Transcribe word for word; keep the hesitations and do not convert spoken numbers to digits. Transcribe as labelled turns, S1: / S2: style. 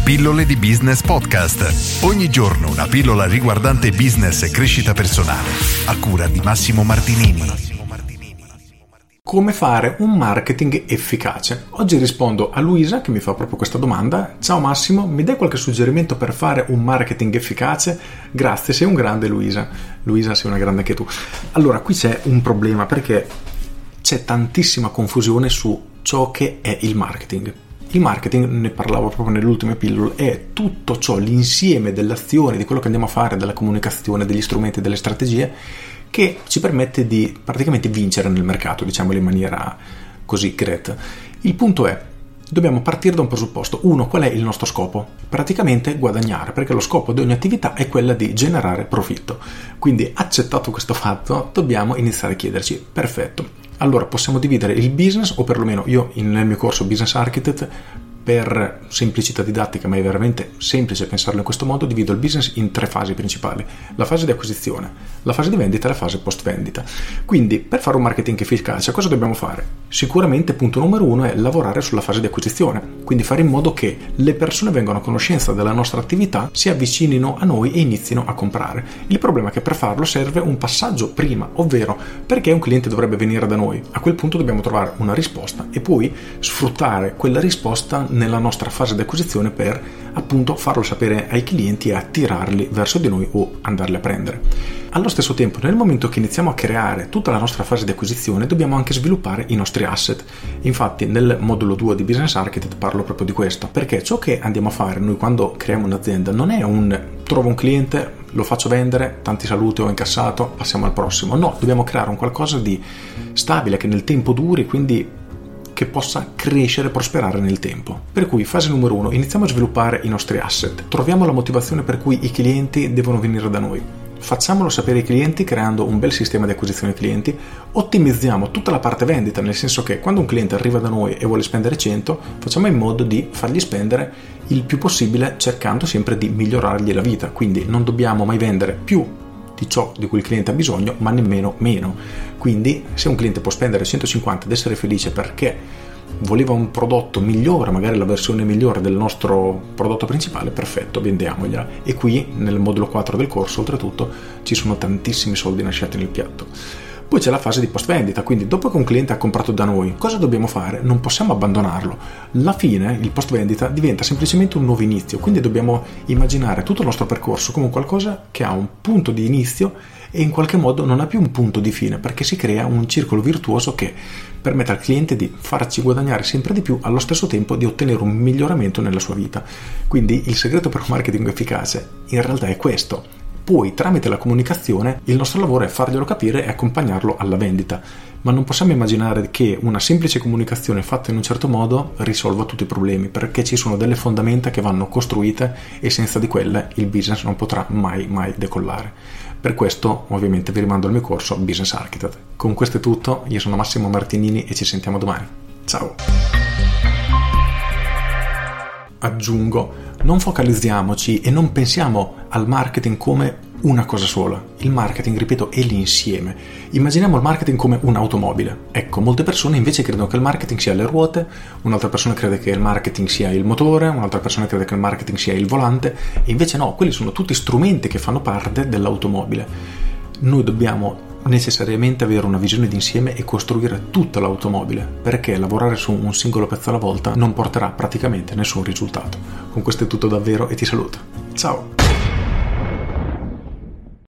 S1: Pillole di Business Podcast. Ogni giorno una pillola riguardante business e crescita personale. A cura di Massimo Martinini.
S2: Come fare un marketing efficace? Oggi rispondo a Luisa che mi fa proprio questa domanda. Ciao Massimo, mi dai qualche suggerimento per fare un marketing efficace? Grazie, sei un grande Luisa. Luisa, sei una grande anche tu. Allora, qui c'è un problema perché c'è tantissima confusione su ciò che è il marketing. Il marketing, ne parlavo proprio nelle ultime pillole, è tutto ciò, l'insieme delle azioni, di quello che andiamo a fare, della comunicazione, degli strumenti, delle strategie che ci permette di praticamente vincere nel mercato, diciamolo in maniera così gretta. Il punto è, dobbiamo partire da un presupposto. Uno, qual è il nostro scopo? Praticamente guadagnare, perché lo scopo di ogni attività è quella di generare profitto. Quindi, accettato questo fatto, dobbiamo iniziare a chiederci, perfetto, allora possiamo dividere il business, o perlomeno io nel mio corso Business Architect, per semplicità didattica, ma è veramente semplice pensarlo in questo modo, divido il business in tre fasi principali: la fase di acquisizione, la fase di vendita e la fase post vendita. Quindi, per fare un marketing efficace, cosa dobbiamo fare? Sicuramente, punto numero uno è lavorare sulla fase di acquisizione, quindi fare in modo che le persone vengano a conoscenza della nostra attività, si avvicinino a noi e inizino a comprare. Il problema è che per farlo serve un passaggio prima, ovvero perché un cliente dovrebbe venire da noi. A quel punto dobbiamo trovare una risposta e poi sfruttare quella risposta nella nostra fase di acquisizione per appunto farlo sapere ai clienti e attirarli verso di noi o andarli a prendere. Allo stesso tempo, nel momento che iniziamo a creare tutta la nostra fase di acquisizione, dobbiamo anche sviluppare i nostri asset. Infatti nel modulo due di Business Architect parlo proprio di questo, perché ciò che andiamo a fare noi quando creiamo un'azienda non è un trovo un cliente, lo faccio vendere, tanti saluti, ho incassato, passiamo al prossimo. No, dobbiamo creare un qualcosa di stabile che nel tempo duri, quindi che possa crescere e prosperare nel tempo. Per cui, fase numero uno, iniziamo a sviluppare i nostri asset. Troviamo la motivazione per cui i clienti devono venire da noi. Facciamolo sapere ai clienti creando un bel sistema di acquisizione clienti. Ottimizziamo tutta la parte vendita, nel senso che quando un cliente arriva da noi e vuole spendere cento, facciamo in modo di fargli spendere il più possibile, cercando sempre di migliorargli la vita. Quindi non dobbiamo mai vendere più di ciò di cui il cliente ha bisogno, ma nemmeno meno. Quindi se un cliente può spendere centocinquanta ed essere felice perché voleva un prodotto migliore, magari la versione migliore del nostro prodotto principale, perfetto, vendiamogliela. E qui nel modulo quattro del corso oltretutto ci sono tantissimi soldi lasciati nel piatto. Poi c'è la fase di post vendita, quindi dopo che un cliente ha comprato da noi, cosa dobbiamo fare? Non possiamo abbandonarlo. La fine, il post vendita, diventa semplicemente un nuovo inizio, quindi dobbiamo immaginare tutto il nostro percorso come qualcosa che ha un punto di inizio e in qualche modo non ha più un punto di fine, perché si crea un circolo virtuoso che permette al cliente di farci guadagnare sempre di più, allo stesso tempo di ottenere un miglioramento nella sua vita. Quindi il segreto per un marketing efficace in realtà è questo. Poi, tramite la comunicazione, il nostro lavoro è farglielo capire e accompagnarlo alla vendita. Ma non possiamo immaginare che una semplice comunicazione fatta in un certo modo risolva tutti i problemi, perché ci sono delle fondamenta che vanno costruite e senza di quelle il business non potrà mai, mai decollare. Per questo, ovviamente, vi rimando al mio corso Business Architect. Con questo è tutto, io sono Massimo Martinini e ci sentiamo domani. Ciao! Aggiungo, non focalizziamoci e non pensiamo al marketing come una cosa sola. Il marketing, ripeto, è l'insieme. Immaginiamo il marketing come un'automobile. Ecco, molte persone invece credono che il marketing sia le ruote, un'altra persona crede che il marketing sia il motore, un'altra persona crede che il marketing sia il volante, e invece no, quelli sono tutti strumenti che fanno parte dell'automobile. Noi dobbiamo necessariamente avere una visione d'insieme e costruire tutta l'automobile, perché lavorare su un singolo pezzo alla volta non porterà praticamente nessun risultato. Con questo è tutto davvero e ti saluto. Ciao!